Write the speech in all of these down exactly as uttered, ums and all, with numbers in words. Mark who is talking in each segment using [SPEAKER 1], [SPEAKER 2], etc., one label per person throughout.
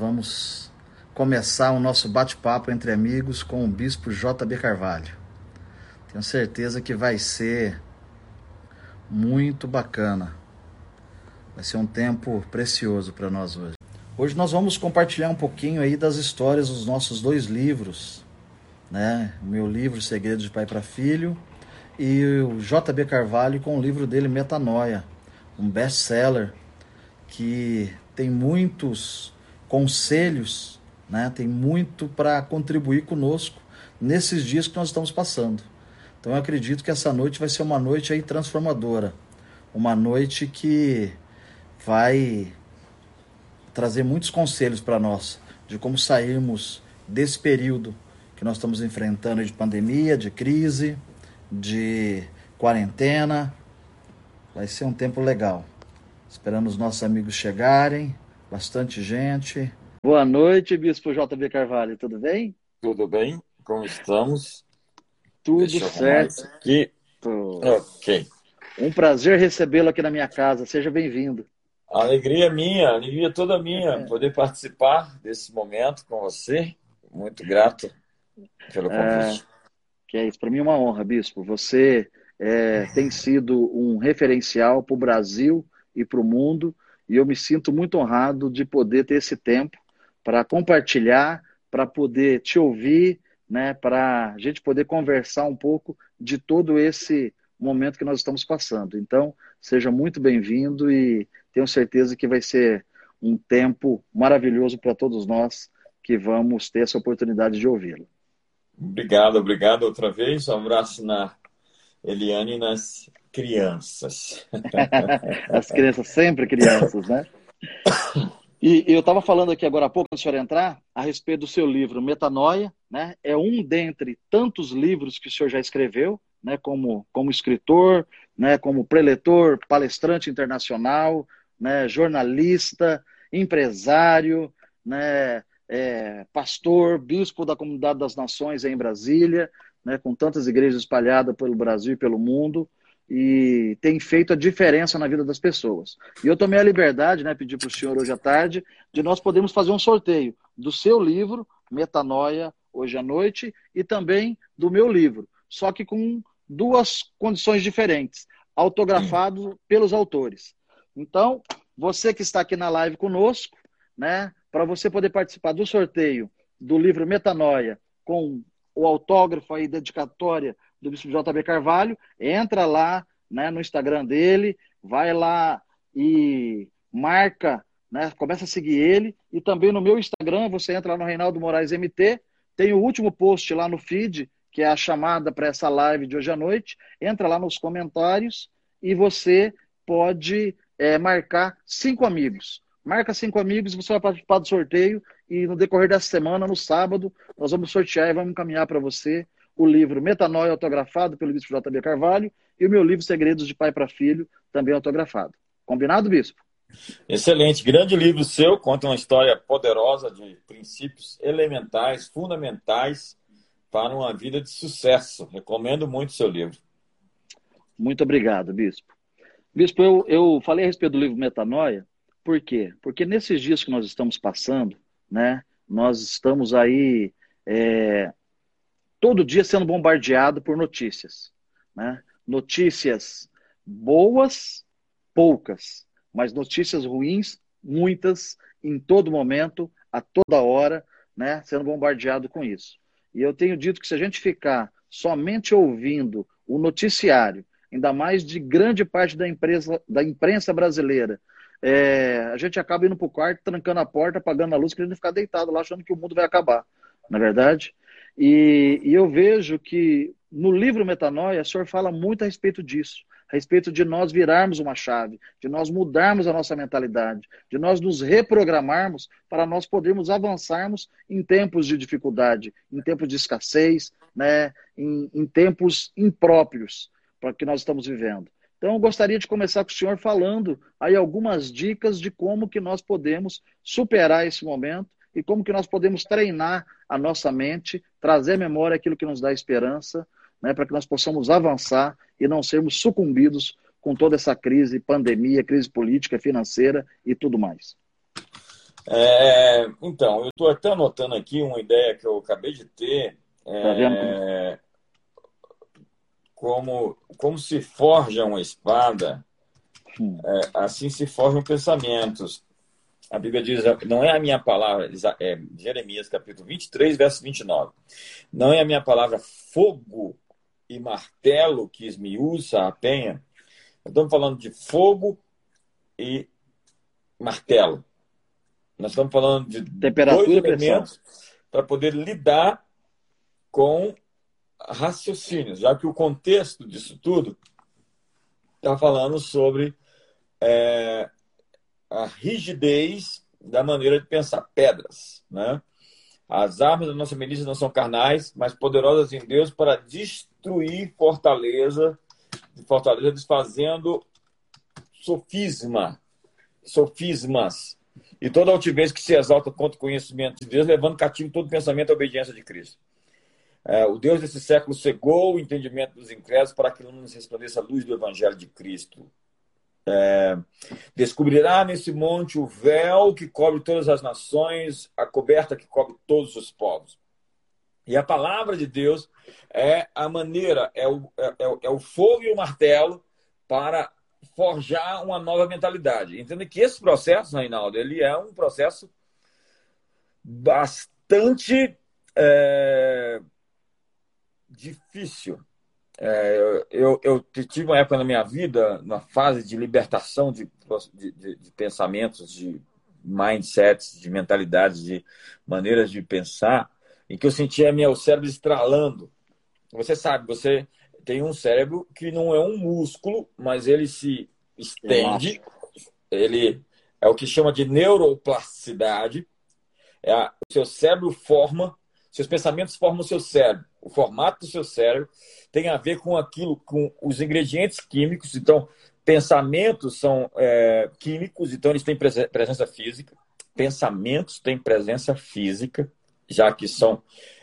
[SPEAKER 1] vamos começar o nosso bate-papo entre amigos com o Bispo J B Carvalho. Tenho certeza que vai ser muito bacana. Vai ser um tempo precioso para nós hoje. Hoje nós vamos compartilhar um pouquinho aí das histórias dos nossos dois livros, né? O meu livro Segredos de Pai para Filho e o J B Carvalho com o livro dele Metanoia, um best-seller que tem muitos conselhos, né? Tem muito para contribuir conosco nesses dias que nós estamos passando. Então eu acredito que essa noite vai ser uma noite aí transformadora, uma noite que vai trazer muitos conselhos para nós de como sairmos desse período que nós estamos enfrentando de pandemia, de crise, de quarentena. Vai ser um tempo legal. Esperando os nossos amigos chegarem, bastante gente. Boa noite, Bispo J B Carvalho, tudo bem?
[SPEAKER 2] Tudo bem? Como estamos?
[SPEAKER 1] Tudo
[SPEAKER 2] Deixa eu
[SPEAKER 1] certo.
[SPEAKER 2] isso aqui. Ok.
[SPEAKER 1] Um prazer recebê-lo aqui na minha casa, seja bem-vindo.
[SPEAKER 2] A alegria é minha, a alegria toda minha, poder participar desse momento com você. Muito grato pelo convite.
[SPEAKER 1] É, que é isso, para mim é uma honra, Bispo. Você é, tem sido um referencial para o Brasil e para o mundo, e eu me sinto muito honrado de poder ter esse tempo para compartilhar, para poder te ouvir, né, para a gente poder conversar um pouco de todo esse momento que nós estamos passando. Então, seja muito bem-vindo e tenho certeza que vai ser um tempo maravilhoso para todos nós que vamos ter essa oportunidade de ouvi-lo.
[SPEAKER 2] Obrigado, obrigado outra vez. Um abraço na Eliane e nas crianças.
[SPEAKER 1] As crianças, sempre crianças, né? E eu estava falando aqui agora há pouco, antes do senhor entrar, a respeito do seu livro Metanoia, né? É um dentre tantos livros que o senhor já escreveu, né? Como, como escritor, né? Como preletor, palestrante internacional, né? Jornalista, empresário, né? É, pastor, bispo da Comunidade das Nações em Brasília, né? Com tantas igrejas espalhadas pelo Brasil e pelo mundo, e tem feito a diferença na vida das pessoas. E eu tomei a liberdade, né, pedi para o senhor hoje à tarde, de nós podermos fazer um sorteio do seu livro, Metanoia, hoje à noite, e também do meu livro, só que com duas condições diferentes, autografado pelos autores. Então, você que está aqui na live conosco, né, para você poder participar do sorteio do livro Metanoia, com o autógrafo e dedicatória do Bispo J B Carvalho, entra lá, né, no Instagram dele, vai lá e marca, né, começa a seguir ele, e também no meu Instagram, você entra lá no Reinaldo Moraes M T, tem o último post lá no feed, que é a chamada para essa live de hoje à noite, entra lá nos comentários e você pode é, marcar cinco amigos. Marca cinco amigos, você vai participar do sorteio e no decorrer dessa semana, no sábado, nós vamos sortear e vamos encaminhar para você o livro Metanoia, autografado pelo Bispo J B Carvalho, e o meu livro Segredos de Pai para Filho, também autografado. Combinado, Bispo?
[SPEAKER 2] Excelente. Grande livro seu, conta uma história poderosa de princípios elementares, fundamentais para uma vida de sucesso. Recomendo muito o seu livro.
[SPEAKER 1] Muito obrigado, Bispo. Bispo, eu, eu falei a respeito do livro Metanoia, por quê? Porque nesses dias que nós estamos passando, né, nós estamos aí... É, todo dia sendo bombardeado por notícias, né? Notícias boas, poucas, mas notícias ruins, muitas, em todo momento, a toda hora, né? Sendo bombardeado com isso. E eu tenho dito que se a gente ficar somente ouvindo o noticiário, ainda mais de grande parte da, empresa, da imprensa brasileira, é, a gente acaba indo para o quarto, trancando a porta, apagando a luz, querendo ficar deitado lá, achando que o mundo vai acabar, não é verdade? E, e eu vejo que no livro Metanoia, o senhor fala muito a respeito disso, a respeito de nós virarmos uma chave, de nós mudarmos a nossa mentalidade, de nós nos reprogramarmos para nós podermos avançarmos em tempos de dificuldade, em tempos de escassez, né, em, em tempos impróprios para que nós estamos vivendo. Então, eu gostaria de começar com o senhor falando aí algumas dicas de como que nós podemos superar esse momento e como que nós podemos treinar a nossa mente, trazer à memória aquilo que nos dá esperança, né, para que nós possamos avançar e não sermos sucumbidos com toda essa crise, pandemia, crise política, financeira e tudo mais.
[SPEAKER 2] É, então, eu estou até anotando aqui uma ideia que eu acabei de ter,
[SPEAKER 1] Tá vendo como...
[SPEAKER 2] é, como, como se forja uma espada,
[SPEAKER 1] Hum.
[SPEAKER 2] é, assim se forjam pensamentos. A Bíblia diz, não é a minha palavra, é Jeremias capítulo vinte e três, verso vinte e nove. Não é a minha palavra fogo e martelo que esmiuça a penha. Estamos falando de fogo e martelo. Nós estamos falando de dois
[SPEAKER 1] Temperatura e pressão.
[SPEAKER 2] elementos para poder lidar com raciocínios, já que o contexto disso tudo está falando sobre é, a rigidez da maneira de pensar, pedras, né? As armas da nossa milícia não são carnais, mas poderosas em Deus para destruir fortaleza, fortaleza desfazendo sofisma, sofismas e toda altivez que se exalta contra o conhecimento de Deus, levando cativo todo pensamento à obediência de Cristo. É, o Deus desse século cegou o entendimento dos incrédulos para que não nos resplandeça a luz do Evangelho de Cristo. É, descobrirá nesse monte o véu que cobre todas as nações, a coberta que cobre todos os povos. E a palavra de Deus é a maneira, é o, é, é o fogo e o martelo para forjar uma nova mentalidade. Entenda que esse processo, Reinaldo, ele é um processo bastante é, difícil. É, eu, eu tive uma época na minha vida, na fase de libertação de, de, de, de pensamentos, de mindsets, de mentalidades, de maneiras de pensar, em que eu sentia meu cérebro estralando. Você sabe, você tem um cérebro que não é um músculo, mas ele se estende, ele é o que chama de neuroplasticidade. É a, o seu cérebro forma, seus pensamentos formam o seu cérebro. O formato do seu cérebro tem a ver com aquilo, com os ingredientes químicos. Então, pensamentos são é, químicos, então eles têm presença física. Pensamentos têm presença física, já que são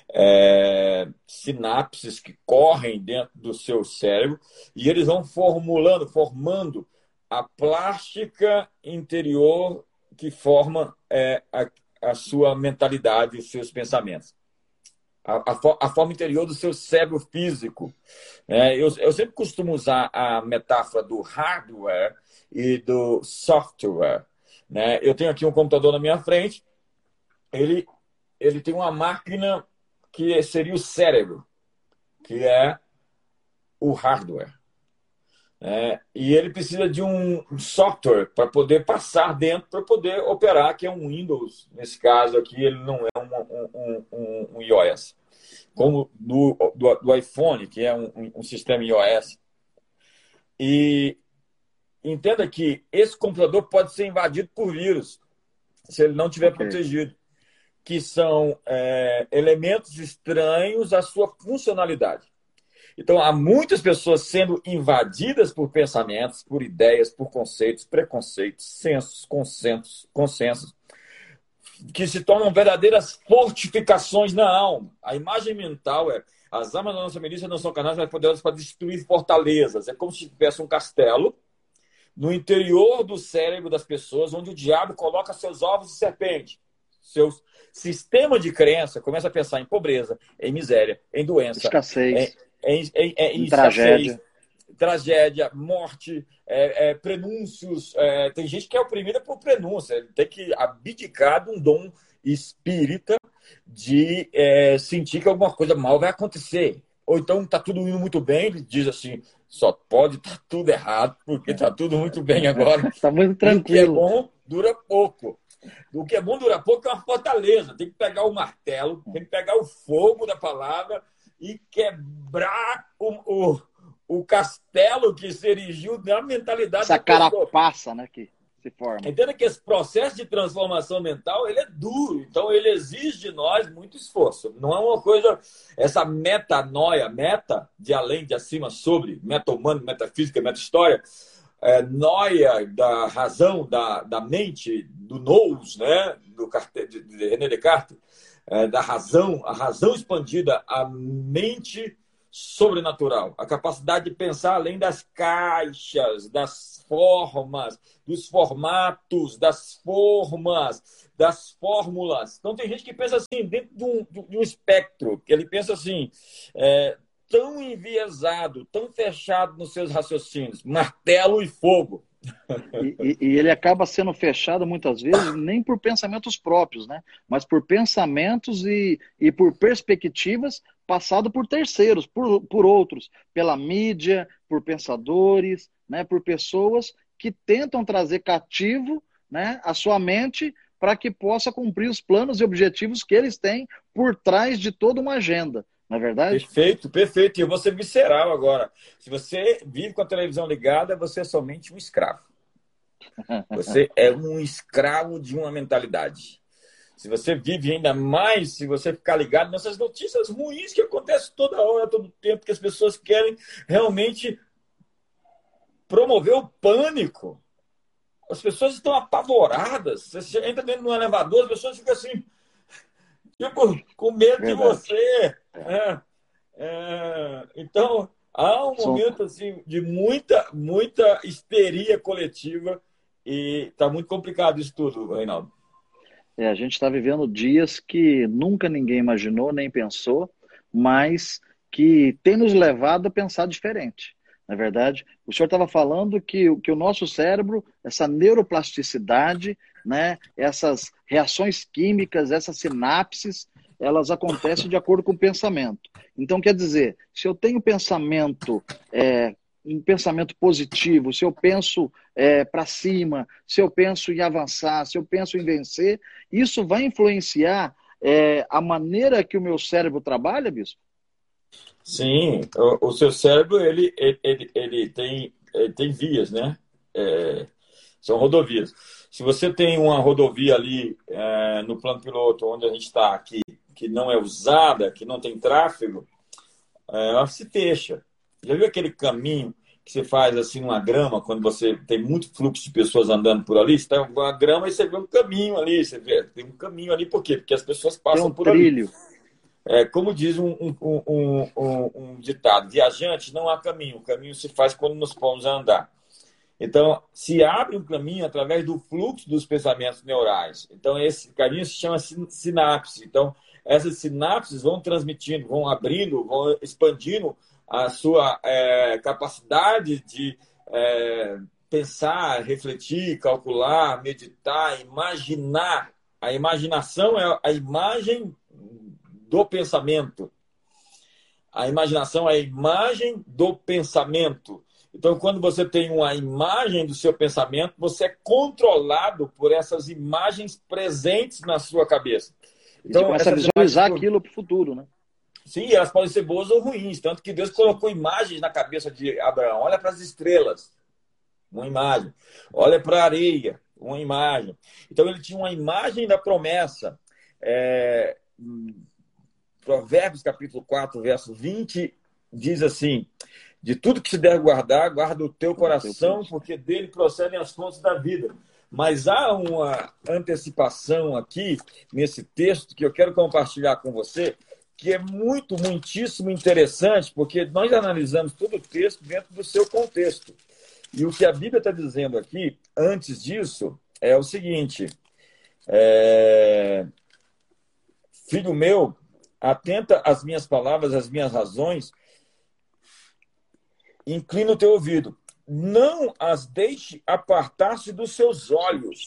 [SPEAKER 2] é, sinapses que correm dentro do seu cérebro e eles vão formulando, formando a plástica interior que forma é, a, a sua mentalidade e os seus pensamentos. A, a, a forma interior do seu cérebro físico. É, eu, eu sempre costumo usar a metáfora do hardware e do software. Né? Eu tenho aqui um computador na minha frente, ele, ele tem uma máquina que seria o cérebro, que é o hardware. É, e ele precisa de um software para poder passar dentro, para poder operar, que é um Windows. Nesse caso aqui, ele não é um, um, um, um iOS. Como do, do, do iPhone, que é um, um sistema iOS. E entenda que esse computador pode ser invadido por vírus, se ele não estiver okay. protegido, que são é, elementos estranhos à sua funcionalidade. Então, há muitas pessoas sendo invadidas por pensamentos, por ideias, por conceitos, preconceitos, sensos, consensos, consensos, que se tornam verdadeiras fortificações na alma. A imagem mental é: as armas da nossa milícia não são carnais, mas poderosas para destruir fortalezas. É como se tivesse um castelo no interior do cérebro das pessoas, onde o diabo coloca seus ovos de serpente. Seu sistema de crença começa a pensar em pobreza, em miséria, em doença,
[SPEAKER 1] escassez.
[SPEAKER 2] Em, Em, em, em, em
[SPEAKER 1] tragédia,
[SPEAKER 2] tragédia, morte, é, é, prenúncios. É, tem gente que é oprimida por prenúncia, ele tem que abdicar de um dom espírita de é, sentir que alguma coisa mal vai acontecer. Ou então está tudo indo muito bem, ele diz assim: só pode estar tá tudo errado, porque está tudo muito bem agora.
[SPEAKER 1] Está muito tranquilo.
[SPEAKER 2] O que é bom dura pouco. O que é bom dura pouco é uma fortaleza. Tem que pegar o martelo, tem que pegar o fogo da palavra e quebrar o, o, o castelo que se erigiu na mentalidade
[SPEAKER 1] Essa
[SPEAKER 2] da pessoa.
[SPEAKER 1] carapaça, né, que se forma.
[SPEAKER 2] Entenda que esse processo de transformação mental, ele é duro. Então, ele exige de nós muito esforço. Não é uma coisa... Essa metanoia, meta, de além, de acima, sobre, meta-humano, metafísica, meta-história, é, noia da razão, da, da mente, do nous, né, do, de, de René Descartes, É, da razão, a razão expandida, a mente sobrenatural, a capacidade de pensar além das caixas, das formas, dos formatos, das formas, das fórmulas. Então, tem gente que pensa assim, dentro de um, de um espectro, que ele pensa assim, é, tão enviesado, tão fechado nos seus raciocínios, martelo e fogo.
[SPEAKER 1] E, e, e ele acaba sendo fechado muitas vezes nem por pensamentos próprios, né? Mas por pensamentos e, e por perspectivas passado por terceiros, por, por outros, pela mídia, por pensadores, né? Por pessoas que tentam trazer cativo, né, a sua mente para que possa cumprir os planos e objetivos que eles têm por trás de toda uma agenda. Não é verdade?
[SPEAKER 2] Perfeito, perfeito. E eu vou ser visceral agora. Se você vive com a televisão ligada, você é somente um escravo. Você é um escravo de uma mentalidade. Se você vive ainda mais, se você ficar ligado nessas notícias ruins que acontecem toda hora, todo tempo, que as pessoas querem realmente promover o pânico. As pessoas estão apavoradas. Você entra dentro de um elevador, as pessoas ficam assim, tipo, com medo de você. É, é, então, há um momento assim, de muita, muita histeria coletiva e está muito complicado isso tudo, Reinaldo.
[SPEAKER 1] É, a gente está vivendo dias que nunca ninguém imaginou, nem pensou, mas que tem nos levado a pensar diferente. Na verdade, o senhor estava falando que, que o nosso cérebro, essa neuroplasticidade, né, essas reações químicas, essas sinapses, elas acontecem de acordo com o pensamento. Então, quer dizer, se eu tenho pensamento, é, um pensamento positivo, se eu penso é, para cima, se eu penso em avançar, se eu penso em vencer, isso vai influenciar é, a maneira que o meu cérebro trabalha, bispo?
[SPEAKER 2] Sim, o, o seu cérebro ele, ele, ele, ele, tem, ele tem vias, né? É, são rodovias. Se você tem uma rodovia ali é, no plano piloto, onde a gente está aqui, que não é usada, que não tem tráfego, é, ela se fecha. Já viu aquele caminho que você faz assim numa grama, quando você tem muito fluxo de pessoas andando por ali? Você está uma grama e você vê um caminho ali. Você vê, tem um caminho ali, por quê? Porque as pessoas passam
[SPEAKER 1] tem um
[SPEAKER 2] por
[SPEAKER 1] trilho.
[SPEAKER 2] ali. É, como diz um, um, um, um, um ditado, viajante não há caminho, o caminho se faz quando nos pomos a andar. Então, se abre um caminho através do fluxo dos pensamentos neurais. Então, esse caminho se chama sinapse. Então, essas sinapses vão transmitindo, vão abrindo, vão expandindo a sua é, capacidade de é, pensar, refletir, calcular, meditar, imaginar. A imaginação é a imagem do pensamento. A imaginação é a imagem do pensamento. Então, quando você tem uma imagem do seu pensamento, você é controlado por essas imagens presentes na sua cabeça.
[SPEAKER 1] Então, começa a visualizar imagens... aquilo para o futuro, né?
[SPEAKER 2] Sim, elas podem ser boas ou ruins. Tanto que Deus colocou imagens na cabeça de Abraão. Olha para as estrelas, uma imagem. Olha para a areia, uma imagem. Então, ele tinha uma imagem da promessa. É... Provérbios, capítulo quatro, verso vinte, diz assim: de tudo que se deve guardar, guarda o teu coração, porque dele procedem as fontes da vida. Mas há uma antecipação aqui, nesse texto, que eu quero compartilhar com você, que é muito, muitíssimo interessante, porque nós analisamos todo o texto dentro do seu contexto. E o que a Bíblia está dizendo aqui, antes disso, é o seguinte: é... filho meu, atenta às minhas palavras, às minhas razões, inclina o teu ouvido. Não as deixe apartar-se dos seus olhos.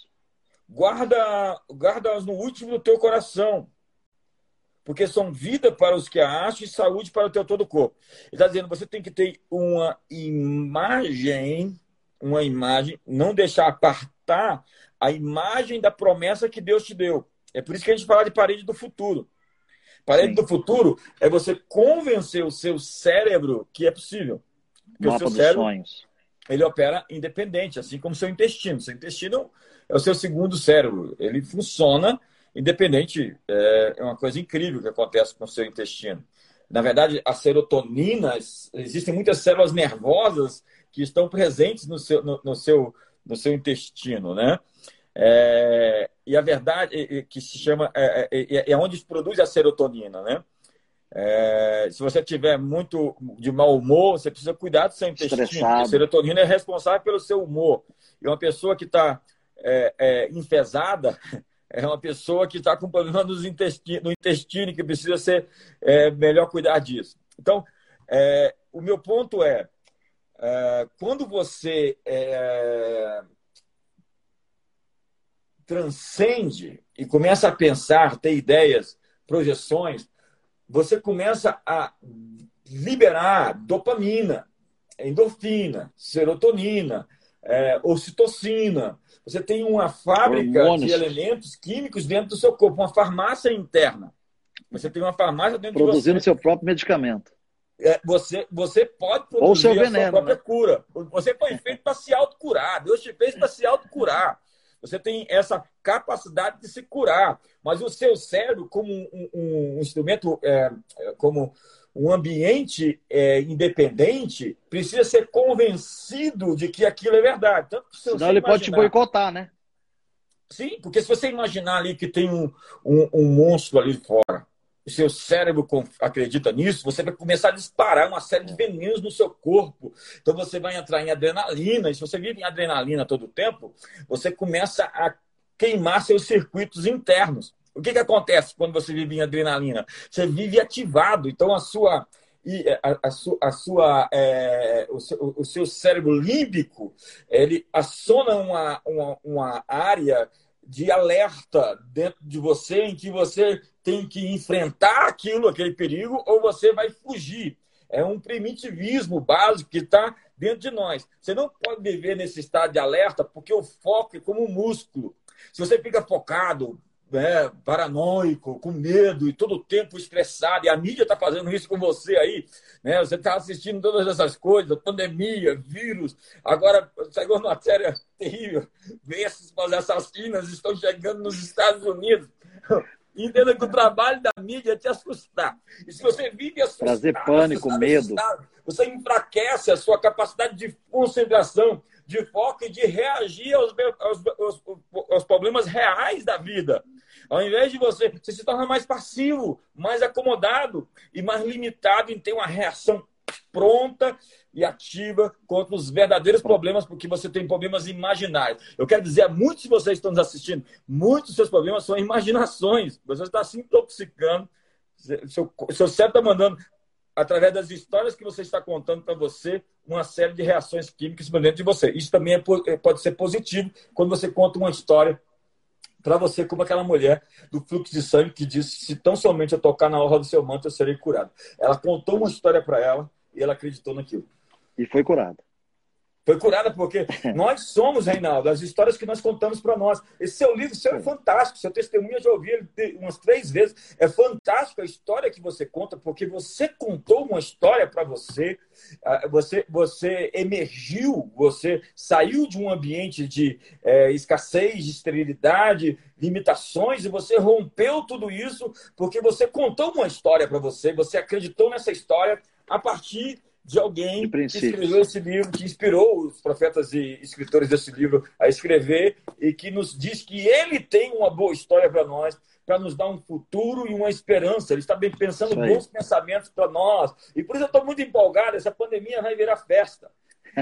[SPEAKER 2] Guarda, guarda-as no último do teu coração, porque são vida para os que a acham e saúde para o teu todo corpo. Ele está dizendo, você tem que ter uma imagem, uma imagem, não deixar apartar a imagem da promessa que Deus te deu. É por isso que a gente fala de parede do futuro. Parede Sim. do futuro é você convencer o seu cérebro que é possível. Porque
[SPEAKER 1] Mapa
[SPEAKER 2] o seu
[SPEAKER 1] dos
[SPEAKER 2] cérebro,
[SPEAKER 1] sonhos.
[SPEAKER 2] Ele opera independente, assim como o seu intestino. Seu intestino é o seu segundo cérebro. Ele funciona independente. É uma coisa incrível que acontece com o seu intestino. Na verdade, a serotonina, existem muitas células nervosas que estão presentes no seu, no, no seu, no seu intestino, né? É, e a verdade é que se chama é, é, é onde se produz a serotonina, né? É, se você tiver muito de mau humor, você precisa cuidar do seu intestino.
[SPEAKER 1] Estressado.
[SPEAKER 2] A serotonina é responsável pelo seu humor. E uma pessoa que está é, é, enfesada é uma pessoa que está com problema nos intestino, no intestino, que precisa ser é, melhor cuidar disso. Então, é, o meu ponto é, é quando você é, transcende e começa a pensar, ter ideias, projeções, você começa a liberar dopamina, endorfina, serotonina, é, ocitocina. Você tem uma fábrica
[SPEAKER 1] Hormônios.
[SPEAKER 2] de elementos químicos dentro do seu corpo, uma farmácia interna. Você tem uma farmácia dentro
[SPEAKER 1] Produzindo
[SPEAKER 2] de você.
[SPEAKER 1] seu próprio medicamento.
[SPEAKER 2] É, você, você pode produzir
[SPEAKER 1] Ou seu
[SPEAKER 2] a
[SPEAKER 1] veneno,
[SPEAKER 2] sua própria
[SPEAKER 1] né?
[SPEAKER 2] cura. Você foi feito para se autocurar. Deus te fez para se autocurar. Você tem essa capacidade de se curar. Mas o seu cérebro, como um, um, um instrumento, é, como um ambiente é, independente, precisa ser convencido de que aquilo é verdade. Tanto que se
[SPEAKER 1] Senão
[SPEAKER 2] você
[SPEAKER 1] ele
[SPEAKER 2] imaginar...
[SPEAKER 1] pode te boicotar, né?
[SPEAKER 2] Sim, porque se você imaginar ali que tem um, um, um monstro ali fora, o seu cérebro acredita nisso, você vai começar a disparar uma série de venenos no seu corpo. Então você vai entrar em adrenalina, e se você vive em adrenalina todo o tempo, você começa a queimar seus circuitos internos. O que, que acontece quando você vive em adrenalina? Você vive ativado, então a sua... E a, a, sua, a sua é, o, seu, o seu cérebro límbico, ele aciona uma, uma, uma área de alerta dentro de você, em que você tem que enfrentar aquilo, aquele perigo, ou você vai fugir. É um primitivismo básico que está dentro de nós. Você não pode viver nesse estado de alerta, porque o foco é como um músculo. Se você fica focado, né, paranoico, com medo e todo o tempo estressado, e a mídia está fazendo isso com você aí, né? Você está assistindo todas essas coisas, pandemia, vírus, agora chegou uma matéria terrível, bestas assassinas estão chegando nos Estados Unidos. Entenda que o trabalho da mídia é te assustar. E se você vive assustado,
[SPEAKER 1] trazer pânico,
[SPEAKER 2] assustado,
[SPEAKER 1] medo,
[SPEAKER 2] assustado, você enfraquece a sua capacidade de concentração, de foco e de reagir aos, aos, aos, aos problemas reais da vida. Ao invés de você, você se torna mais passivo, mais acomodado e mais limitado em ter uma reação pronta e ativa contra os verdadeiros problemas, porque você tem problemas imaginários. Eu quero dizer a muitos de vocês que estão nos assistindo, muitos dos seus problemas são imaginações. Você está se intoxicando, seu, seu cérebro está mandando, através das histórias que você está contando para você, uma série de reações químicas dentro de você. Isso também é, pode ser positivo quando você conta uma história para você, como aquela mulher do fluxo de sangue que disse: se tão somente eu tocar na orla do seu manto, eu serei curado. Ela contou uma história para ela e ela acreditou naquilo.
[SPEAKER 1] E foi curada.
[SPEAKER 2] Foi curada porque nós somos, Reinaldo, as histórias que nós contamos para nós. Esse seu livro, seu é fantástico. Seu testemunho, eu já ouvi ele umas três vezes. É fantástico a história que você conta, porque você contou uma história para você, você, você emergiu, você saiu de um ambiente de é, escassez, de esterilidade, limitações, e você rompeu tudo isso porque você contou uma história para você, você acreditou nessa história a partir de alguém
[SPEAKER 1] de
[SPEAKER 2] que escreveu esse livro, que inspirou os profetas e escritores desse livro a escrever e que nos diz que ele tem uma boa história para nós, para nos dar um futuro e uma esperança. Ele está bem pensando bons pensamentos para nós. E por isso eu estou muito empolgado. Essa pandemia vai virar festa.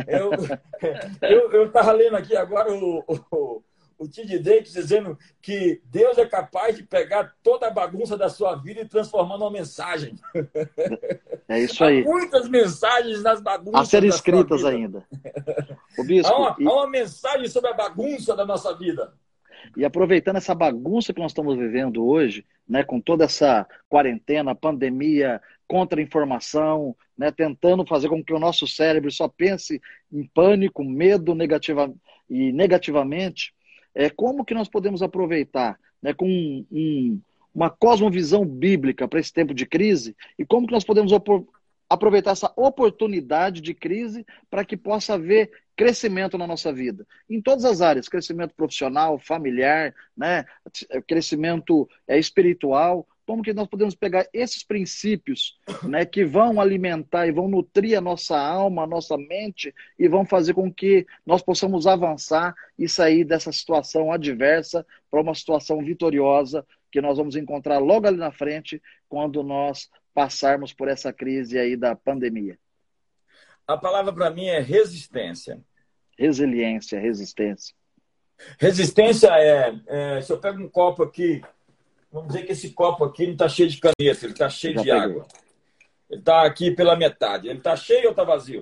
[SPEAKER 2] Eu estava eu, eu lendo aqui agora o... o o T D Jakes dizendo que Deus é capaz de pegar toda a bagunça da sua vida e transformar numa mensagem.
[SPEAKER 1] É isso aí.
[SPEAKER 2] Há muitas mensagens nas bagunças
[SPEAKER 1] a serem escritas ainda.
[SPEAKER 2] O bispo, há, uma, e... há uma mensagem sobre a bagunça da nossa vida.
[SPEAKER 1] E aproveitando essa bagunça que nós estamos vivendo hoje, né, com toda essa quarentena, pandemia, contra-informação, né, tentando fazer com que o nosso cérebro só pense em pânico, medo negativa, e negativamente, é, como que nós podemos aproveitar, né, com um, um, uma cosmovisão bíblica para esse tempo de crise, e como que nós podemos aproveitar essa oportunidade de crise para que possa haver crescimento na nossa vida, em todas as áreas, crescimento profissional, familiar, né, crescimento é, espiritual. Como que nós podemos pegar esses princípios, né, que vão alimentar e vão nutrir a nossa alma, a nossa mente, e vão fazer com que nós possamos avançar e sair dessa situação adversa para uma situação vitoriosa que nós vamos encontrar logo ali na frente, quando nós passarmos por essa crise aí da pandemia?
[SPEAKER 2] A palavra para mim é resistência.
[SPEAKER 1] Resiliência, resistência.
[SPEAKER 2] Resistência é, é, se eu pego um copo aqui, vamos dizer que esse copo aqui não está cheio de caneta, ele está cheio
[SPEAKER 1] Já
[SPEAKER 2] de
[SPEAKER 1] peguei.
[SPEAKER 2] água. Ele está aqui pela metade. Ele está cheio ou está vazio?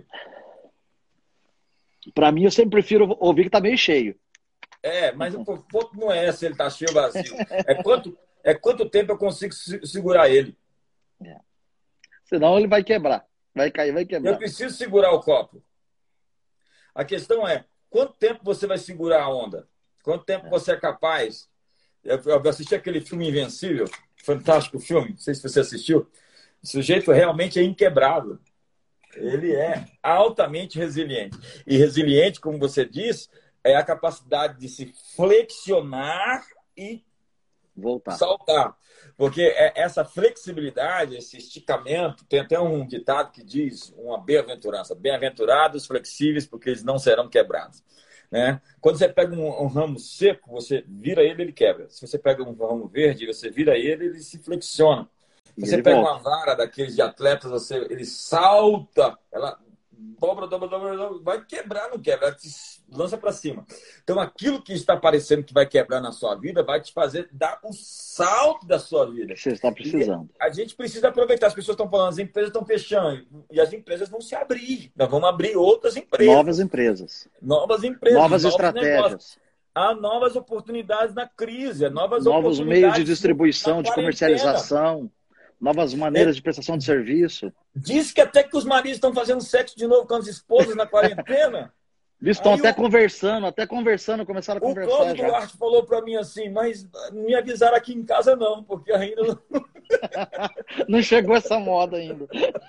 [SPEAKER 1] Para mim, eu sempre prefiro ouvir que está meio cheio.
[SPEAKER 2] É, mas o ponto não é se ele está cheio ou vazio. É quanto, é quanto tempo eu consigo segurar ele.
[SPEAKER 1] É. Senão ele vai quebrar. Vai cair, vai quebrar.
[SPEAKER 2] Eu preciso segurar o copo. A questão é, quanto tempo você vai segurar a onda? Quanto tempo é. você é capaz? Eu, eu assisti aquele filme Invencível, fantástico filme, não sei se você assistiu. O sujeito realmente é inquebrável. Ele é altamente resiliente. E resiliente, como você diz, é a capacidade de se flexionar e
[SPEAKER 1] voltar.
[SPEAKER 2] Saltar. Porque essa flexibilidade, esse esticamento, tem até um ditado que diz, uma bem-aventurança, bem-aventurados flexíveis, porque eles não serão quebrados. Né? Quando você pega um, um ramo seco, você vira ele, ele quebra. Se você pega um ramo verde, você vira ele, ele se flexiona. Se você pega volta. uma vara daqueles de atletas, você, ele salta, ela dobra, dobra, dobra, dobra, vai quebrar, não quebra, ela te lança para cima. Então, aquilo que está parecendo que vai quebrar na sua vida vai te fazer dar o salto da sua vida.
[SPEAKER 1] Você está precisando.
[SPEAKER 2] E a gente precisa aproveitar. As pessoas estão falando, as empresas estão fechando e as empresas vão se abrir. Nós vamos abrir outras empresas.
[SPEAKER 1] Novas empresas.
[SPEAKER 2] Novas empresas.
[SPEAKER 1] Novas estratégias.
[SPEAKER 2] Negócios. Há novas oportunidades na crise, novas
[SPEAKER 1] novos
[SPEAKER 2] oportunidades
[SPEAKER 1] meios de distribuição, de
[SPEAKER 2] quarentena.
[SPEAKER 1] comercialização. Novas maneiras é. de prestação de serviço.
[SPEAKER 2] Diz que até que os maridos estão fazendo sexo de novo com as esposas na quarentena.
[SPEAKER 1] Eles estão até o... conversando, até conversando, começaram a
[SPEAKER 2] o
[SPEAKER 1] conversar.
[SPEAKER 2] O Cláudio Duarte falou para mim assim, mas me avisaram aqui em casa não, porque ainda não...
[SPEAKER 1] não chegou essa moda ainda.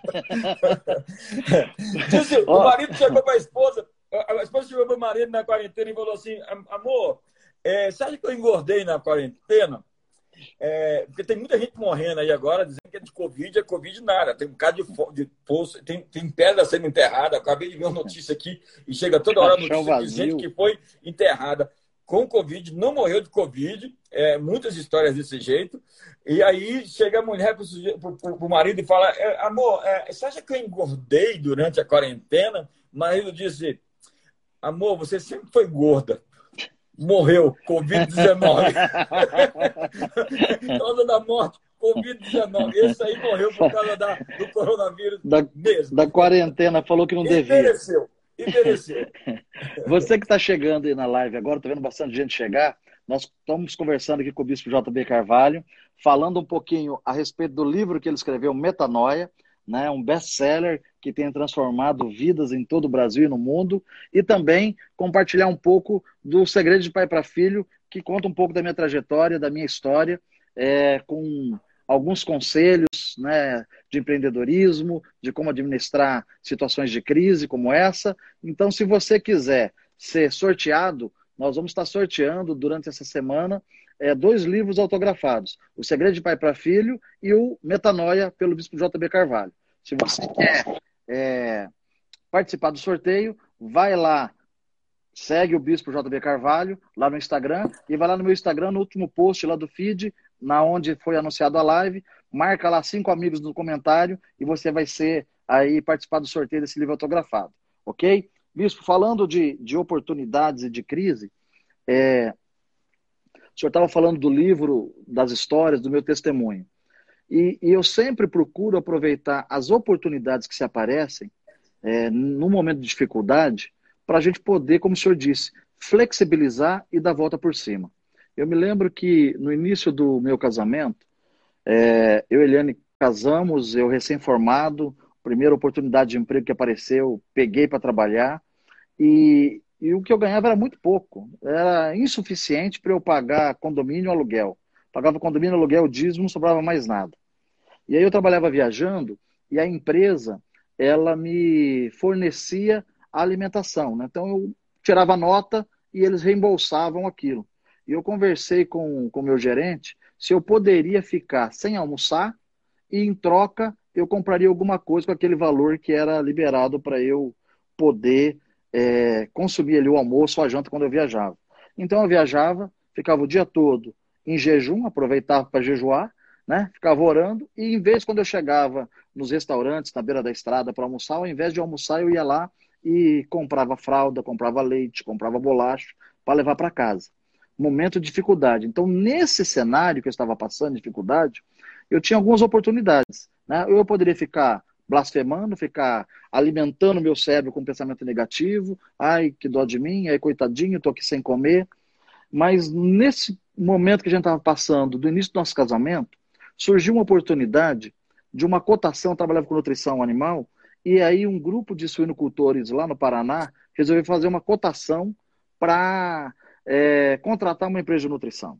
[SPEAKER 2] Diz, oh. O marido chegou para a esposa, a esposa chegou para o marido na quarentena e falou assim, amor, é, você acha que eu engordei na quarentena? É, porque tem muita gente morrendo aí agora, dizendo que é de Covid, é Covid nada. Tem um bocado de, de poço, tem, tem pedra sendo enterrada. Acabei de ver uma notícia aqui e chega toda hora notícia de gente que foi enterrada com Covid, não morreu de Covid. É, muitas histórias desse jeito. E aí chega a mulher para o marido e fala: amor, é, você acha que eu engordei durante a quarentena? O marido disse: amor, você sempre foi gorda. Morreu, Covid dezenove. Causa da morte, Covid dezenove. Esse aí morreu por causa da, do coronavírus
[SPEAKER 1] da,
[SPEAKER 2] mesmo.
[SPEAKER 1] Da quarentena, falou que não devia.
[SPEAKER 2] Mereceu, e mereceu.
[SPEAKER 1] Você que está chegando aí na live agora, estou vendo bastante gente chegar. Nós estamos conversando aqui com o Bispo J B Carvalho, falando um pouquinho a respeito do livro que ele escreveu, Metanoia, né, um best-seller que tem transformado vidas em todo o Brasil e no mundo, e também compartilhar um pouco do Segredo de Pai para Filho, que conta um pouco da minha trajetória, da minha história, é, com alguns conselhos, né, de empreendedorismo, de como administrar situações de crise como essa. Então, se você quiser ser sorteado, nós vamos estar sorteando durante essa semana É, dois livros autografados, O Segredo de Pai para Filho e o Metanoia, pelo Bispo J B Carvalho. Se você quer é, participar do sorteio, vai lá, segue o Bispo J B Carvalho lá no Instagram e vai lá no meu Instagram, no último post lá do feed, na onde foi anunciado a live, marca lá cinco amigos no comentário e você vai ser aí participar do sorteio desse livro autografado, ok? Bispo, falando de, de oportunidades e de crise, é... o senhor estava falando do livro, das histórias, do meu testemunho. E, e eu sempre procuro aproveitar as oportunidades que se aparecem é, no momento de dificuldade para a gente poder, como o senhor disse, flexibilizar e dar a volta por cima. Eu me lembro que no início do meu casamento, é, eu e Eliane casamos, eu recém-formado, primeira oportunidade de emprego que apareceu, peguei para trabalhar e... E o que eu ganhava era muito pouco. Era insuficiente para eu pagar condomínio e aluguel. Pagava condomínio, aluguel, dízimo, não sobrava mais nada. E aí eu trabalhava viajando e a empresa, ela me fornecia a alimentação, né? Então eu tirava nota e eles reembolsavam aquilo. E eu conversei com o meu gerente se eu poderia ficar sem almoçar e em troca eu compraria alguma coisa com aquele valor que era liberado para eu poder É, consumia ali o almoço ou a janta quando eu viajava. Então eu viajava, ficava o dia todo em jejum, aproveitava para jejuar, né? Ficava orando e, em vez, quando eu chegava nos restaurantes, na beira da estrada para almoçar, ao invés de almoçar, eu ia lá e comprava fralda, comprava leite, comprava bolacha para levar para casa. Momento de dificuldade. Então, nesse cenário que eu estava passando, dificuldade, eu tinha algumas oportunidades, né? Eu poderia ficar blasfemando, ficar alimentando meu cérebro com pensamento negativo, ai, que dó de mim, ai, coitadinho, estou aqui sem comer. Mas nesse momento que a gente estava passando, do início do nosso casamento, surgiu uma oportunidade de uma cotação, eu trabalhava com nutrição animal, e aí um grupo de suinocultores lá no Paraná resolveu fazer uma cotação para é, contratar uma empresa de nutrição.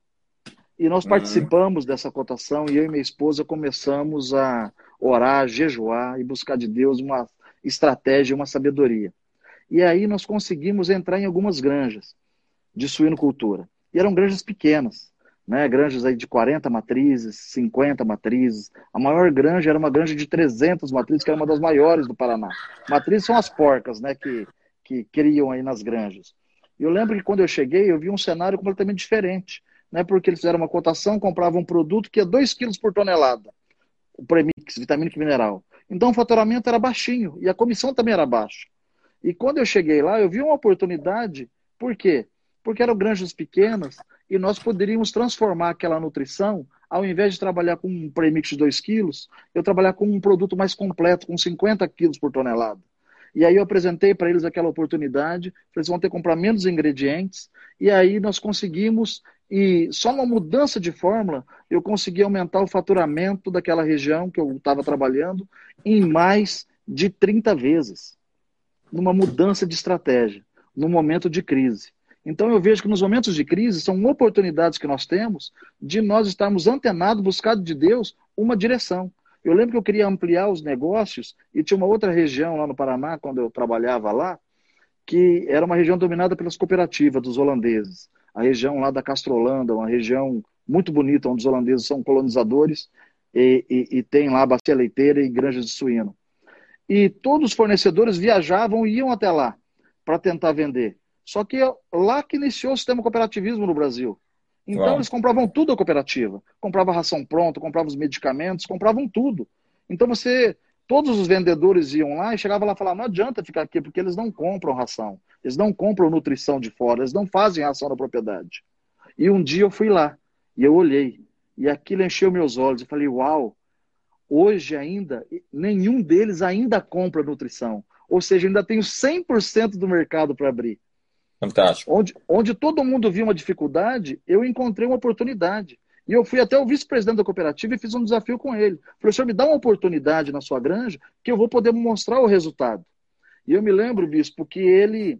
[SPEAKER 1] E nós
[SPEAKER 2] Uhum.
[SPEAKER 1] participamos dessa cotação e eu e minha esposa começamos a orar, jejuar e buscar de Deus uma estratégia, uma sabedoria. E aí nós conseguimos entrar em algumas granjas de suinocultura. E eram granjas pequenas, né? Granjas aí de quarenta matrizes, cinquenta matrizes. A maior granja era uma granja de trezentas matrizes, que era uma das maiores do Paraná. Matrizes são as porcas, né, que, que criam aí nas granjas. E eu lembro que quando eu cheguei, eu vi um cenário completamente diferente, né? Porque eles fizeram uma cotação, compravam um produto que é dois quilos por tonelada, o premix, vitamínico e mineral. Então o faturamento era baixinho e a comissão também era baixa. E quando eu cheguei lá, eu vi uma oportunidade. Por quê? Porque eram granjas pequenas e nós poderíamos transformar aquela nutrição, ao invés de trabalhar com um premix de dois quilos, eu trabalhar com um produto mais completo, com cinquenta quilos por tonelada. E aí eu apresentei para eles aquela oportunidade, eles vão ter que comprar menos ingredientes, e aí nós conseguimos, e só uma mudança de fórmula, eu consegui aumentar o faturamento daquela região que eu estava trabalhando em mais de trinta vezes, numa mudança de estratégia, num momento de crise. Então eu vejo que nos momentos de crise são oportunidades que nós temos de nós estarmos antenados, buscando de Deus uma direção. Eu lembro que eu queria ampliar os negócios e tinha uma outra região lá no Paraná, quando eu trabalhava lá, que era uma região dominada pelas cooperativas dos holandeses. A região lá da Castrolanda, uma região muito bonita, onde os holandeses são colonizadores e, e, e tem lá bacia leiteira e granjas de suíno. E todos os fornecedores viajavam e iam até lá para tentar vender. Só que lá que iniciou o sistema cooperativismo no Brasil. Então
[SPEAKER 2] Uau.
[SPEAKER 1] eles compravam tudo da cooperativa. Compravam ração pronta, compravam os medicamentos, compravam tudo. Então você, todos os vendedores iam lá e chegavam lá e falavam, não adianta ficar aqui, porque eles não compram ração. Eles não compram nutrição de fora, eles não fazem ração na propriedade. E um dia eu fui lá, e eu olhei, e aquilo encheu meus olhos. Eu falei, uau, hoje ainda, nenhum deles ainda compra nutrição. Ou seja, ainda tenho cem por cento do mercado para abrir.
[SPEAKER 2] Fantástico.
[SPEAKER 1] Onde, onde todo mundo viu uma dificuldade, eu encontrei uma oportunidade. E eu fui até o vice-presidente da cooperativa e fiz um desafio com ele. Falei, senhor, me dá uma oportunidade na sua granja que eu vou poder mostrar o resultado. E eu me lembro, bispo, que ele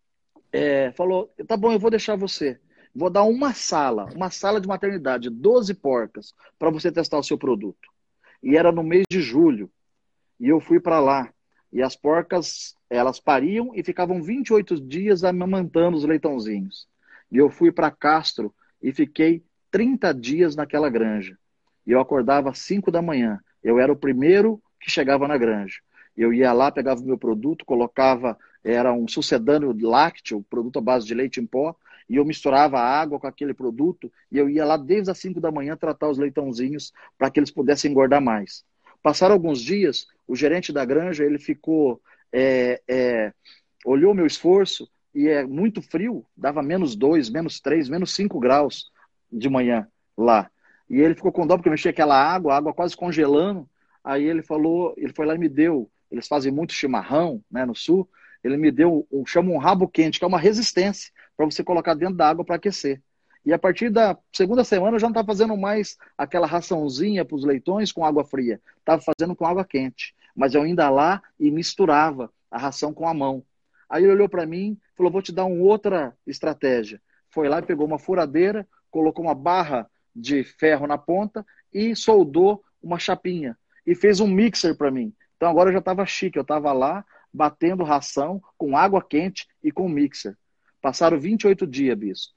[SPEAKER 1] é, falou, tá bom, eu vou deixar você. Vou dar uma sala, uma sala de maternidade, doze porcas, para você testar o seu produto. E era no mês de julho. E eu fui para lá. E as porcas, elas pariam e ficavam vinte e oito dias amamantando os leitãozinhos. E eu fui para Castro e fiquei trinta dias naquela granja. E eu acordava às cinco da manhã. Eu era o primeiro que chegava na granja. Eu ia lá, pegava o meu produto, colocava, era um sucedâneo lácteo, produto à base de leite em pó, e eu misturava a água com aquele produto, e eu ia lá desde as cinco da manhã tratar os leitãozinhos para que eles pudessem engordar mais. Passaram alguns dias, o gerente da granja, ele ficou, é, é, olhou meu esforço, e é muito frio, dava menos dois, menos três, menos cinco graus de manhã lá. E ele ficou com dó porque eu mexia aquela água, a água quase congelando. Aí ele falou, ele foi lá e me deu, eles fazem muito chimarrão, né, no sul, ele me deu, chama um rabo quente, que é uma resistência para você colocar dentro da água para aquecer. E a partir da segunda semana eu já não estava fazendo mais aquela raçãozinha para os leitões com água fria. Estava fazendo com água quente. Mas eu ainda lá e misturava a ração com a mão. Aí ele olhou para mim e falou, vou te dar uma outra estratégia. Foi lá e pegou uma furadeira, colocou uma barra de ferro na ponta e soldou uma chapinha. E fez um mixer para mim. Então agora eu já estava chique. Eu estava lá batendo ração com água quente e com mixer. Passaram vinte e oito dias, bispo.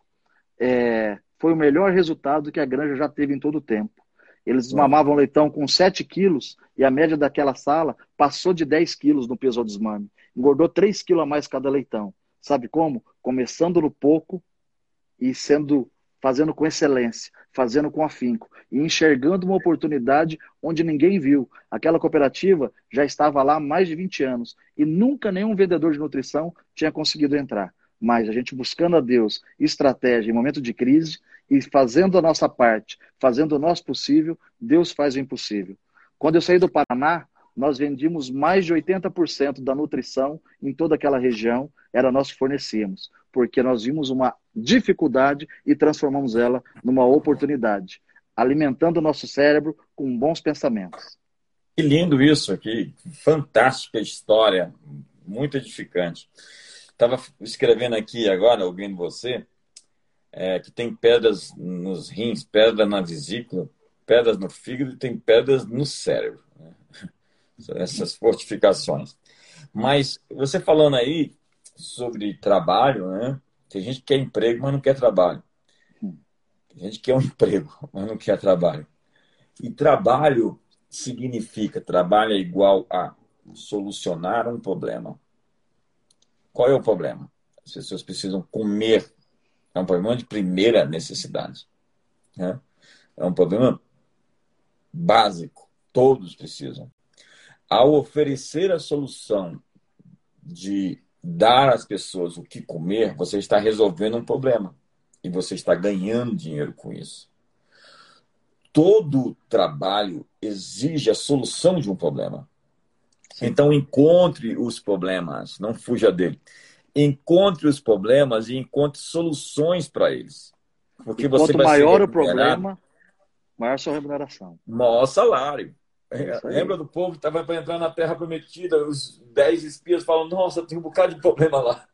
[SPEAKER 1] É, foi o melhor resultado que a granja já teve em todo o tempo. Eles mamavam leitão com sete quilos e a média daquela sala passou de dez quilos no peso ao desmame. Engordou três quilos a mais cada leitão. Sabe como? Começando no pouco e sendo, fazendo com excelência, fazendo com afinco e enxergando uma oportunidade onde ninguém viu. Aquela cooperativa já estava lá há mais de vinte anos e nunca nenhum vendedor de nutrição tinha conseguido entrar. Mas a gente buscando a Deus estratégia em momento de crise e fazendo a nossa parte, fazendo o nosso possível, Deus faz o impossível. Quando eu saí do Paraná, nós vendíamos mais de oitenta por cento da nutrição em toda aquela região, era nós que fornecíamos, porque nós vimos uma dificuldade e transformamos ela numa oportunidade, alimentando o nosso cérebro com bons pensamentos.
[SPEAKER 2] Que lindo isso aqui, fantástica história, muito edificante. Estava escrevendo aqui agora, ouvindo você, é, que tem pedras nos rins, pedra na vesícula, pedras no fígado e tem pedras no cérebro. Né? Essas fortificações. Mas você falando aí sobre trabalho, né? Tem gente que quer emprego, mas não quer trabalho. Tem gente que quer um emprego, mas não quer trabalho. E trabalho significa, trabalho é igual a solucionar um problema. Qual é o problema? As pessoas precisam comer. É um problema de primeira necessidade. Né? É um problema básico. Todos precisam. Ao oferecer a solução de dar às pessoas o que comer, você está resolvendo um problema. E você está ganhando dinheiro com isso. Todo trabalho exige a solução de um problema. Sim. Então, encontre os problemas, não fuja dele. Encontre os problemas e encontre soluções para eles. Porque
[SPEAKER 1] e você
[SPEAKER 2] quanto
[SPEAKER 1] vai maior o problema, maior a sua remuneração.
[SPEAKER 2] Maior salário. Lembra do povo que estava para entrar na Terra Prometida, os dez espias falam, nossa, tem um bocado de problema lá.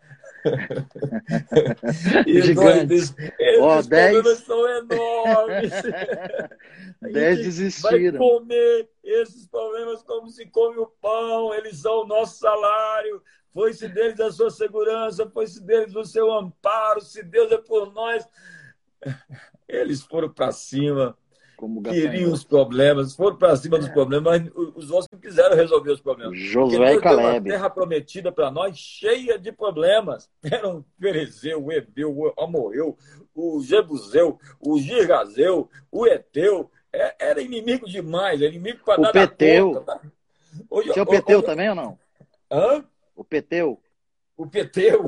[SPEAKER 2] E
[SPEAKER 1] gigante.
[SPEAKER 2] Nós, esses
[SPEAKER 1] oh,
[SPEAKER 2] problemas
[SPEAKER 1] dez...
[SPEAKER 2] são enormes.
[SPEAKER 1] Dez desistiram.
[SPEAKER 2] Vai comer esses problemas como se come o pão, eles são o nosso salário. Foi-se deles a sua segurança, foi-se deles o seu amparo, se Deus é por nós. Eles foram para cima. Queriam os problemas, foram para cima é. dos problemas, mas os outros não quiseram resolver os problemas.
[SPEAKER 1] Josué e Caleb.
[SPEAKER 2] Uma terra prometida para nós, cheia de problemas. Eram o Ferezeu, o Ebeu, o Amorreu, o Jebuseu, o Girgazeu, o Eteu. Era inimigo demais, era inimigo para dar
[SPEAKER 1] Peteu.
[SPEAKER 2] Conta, tá? Hoje,
[SPEAKER 1] Tinha o Peteu hoje... também ou não?
[SPEAKER 2] Hã?
[SPEAKER 1] O Peteu.
[SPEAKER 2] O Peteu.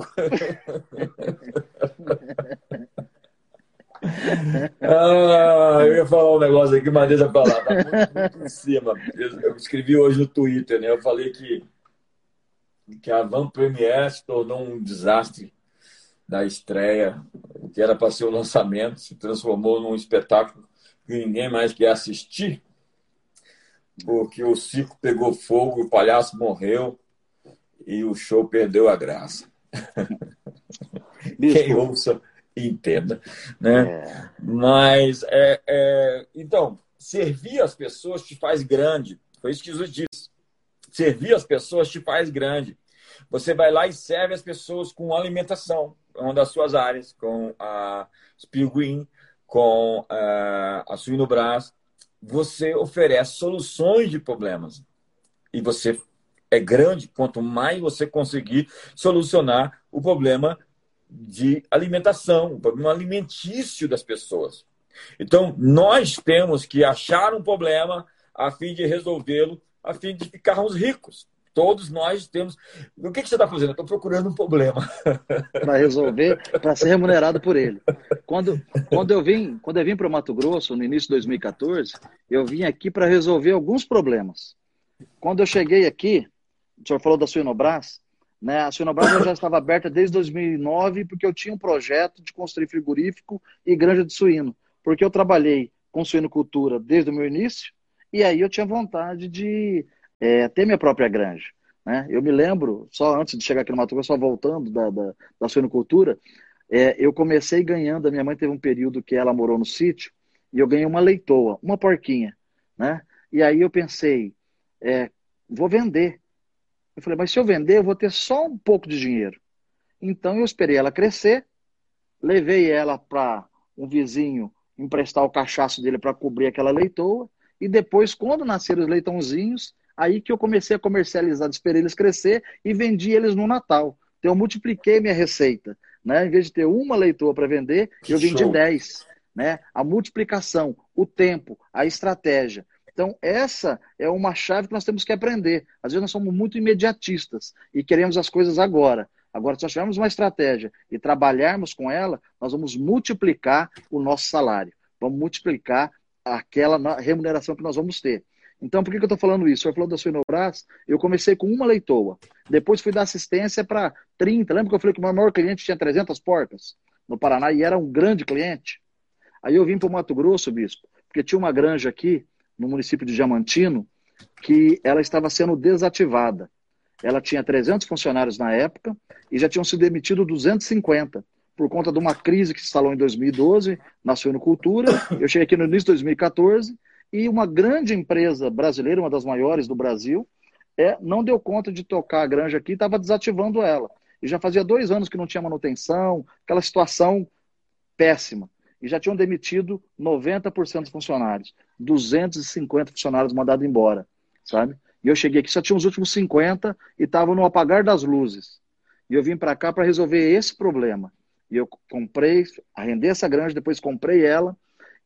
[SPEAKER 2] Ah, eu ia falar um negócio aqui, mas deixa eu falar. Tá muito, muito em cima. Eu, eu escrevi hoje no Twitter, né? Eu falei que, que a Van Premiere se tornou um desastre da estreia, que era para ser o lançamento, se transformou num espetáculo que ninguém mais quer assistir, porque o circo pegou fogo, o palhaço morreu e o show perdeu a graça. Quem ouça entenda, né? É. Mas é, é, então, servir as pessoas te faz grande. Foi isso que Jesus disse. Servir as pessoas te faz grande. Você vai lá e serve as pessoas com alimentação, uma das suas áreas, com a Spielgreen, com a, a Suinobras. Você oferece soluções de problemas. E você é grande quanto mais você conseguir solucionar o problema de alimentação, o problema alimentício das pessoas. Então, nós temos que achar um problema a fim de resolvê-lo, a fim de ficarmos ricos. Todos nós temos... O que você está fazendo? Eu estou procurando um problema.
[SPEAKER 1] Para resolver, para ser remunerado por ele. Quando, quando eu vim, quando eu vim para o Mato Grosso, no início de dois mil e quatorze, eu vim aqui para resolver alguns problemas. Quando eu cheguei aqui, o senhor falou da Suinobras, né? A Suinobras já estava aberta desde dois mil e nove, porque eu tinha um projeto de construir frigorífico e granja de suíno. Porque eu trabalhei com suinocultura desde o meu início, e aí eu tinha vontade de é, ter minha própria granja. Né? Eu me lembro, só antes de chegar aqui no Mato Grosso, só voltando da, da, da suinocultura, é, eu comecei ganhando, a minha mãe teve um período que ela morou no sítio, e eu ganhei uma leitoa, uma porquinha. Né? E aí eu pensei, é, vou vender. Eu falei, mas se eu vender, eu vou ter só um pouco de dinheiro. Então eu esperei ela crescer, levei ela para um vizinho emprestar o cachaço dele para cobrir aquela leitoa, e depois, quando nasceram os leitãozinhos, aí que eu comecei a comercializar, esperei eles crescer e vendi eles no Natal. Então eu multipliquei minha receita. Né? Em vez de ter uma leitoa para vender, eu vendi dez. né? A multiplicação, o tempo, a estratégia. Então, essa é uma chave que nós temos que aprender. Às vezes nós somos muito imediatistas e queremos as coisas agora. Agora, se nós tivermos uma estratégia e trabalharmos com ela, nós vamos multiplicar o nosso salário. Vamos multiplicar aquela remuneração que nós vamos ter. Então, por que eu estou falando isso? O senhor falou da Suinobras, eu comecei com uma leitoa. Depois fui dar assistência para trinta. Lembra que eu falei que o meu maior cliente tinha trezentas porcas no Paraná e era um grande cliente? Aí eu vim para o Mato Grosso, bispo, porque tinha uma granja aqui, no município de Diamantino, que ela estava sendo desativada. Ela tinha trezentos funcionários na época e já tinham sido demitidos duzentos e cinquenta por conta de uma crise que se instalou em dois mil e doze na suinocultura. Eu cheguei aqui no início de dois mil e quatorze e uma grande empresa brasileira, uma das maiores do Brasil, é, não deu conta de tocar a granja aqui e estava desativando ela. E já fazia dois anos que não tinha manutenção, aquela situação péssima. E já tinham demitido noventa por cento dos funcionários. duzentos e cinquenta funcionários mandados embora, sabe? E eu cheguei aqui, só tinha os últimos cinquenta e estavam no apagar das luzes. E eu vim para cá para resolver esse problema. E eu comprei, arrendei essa granja, depois comprei ela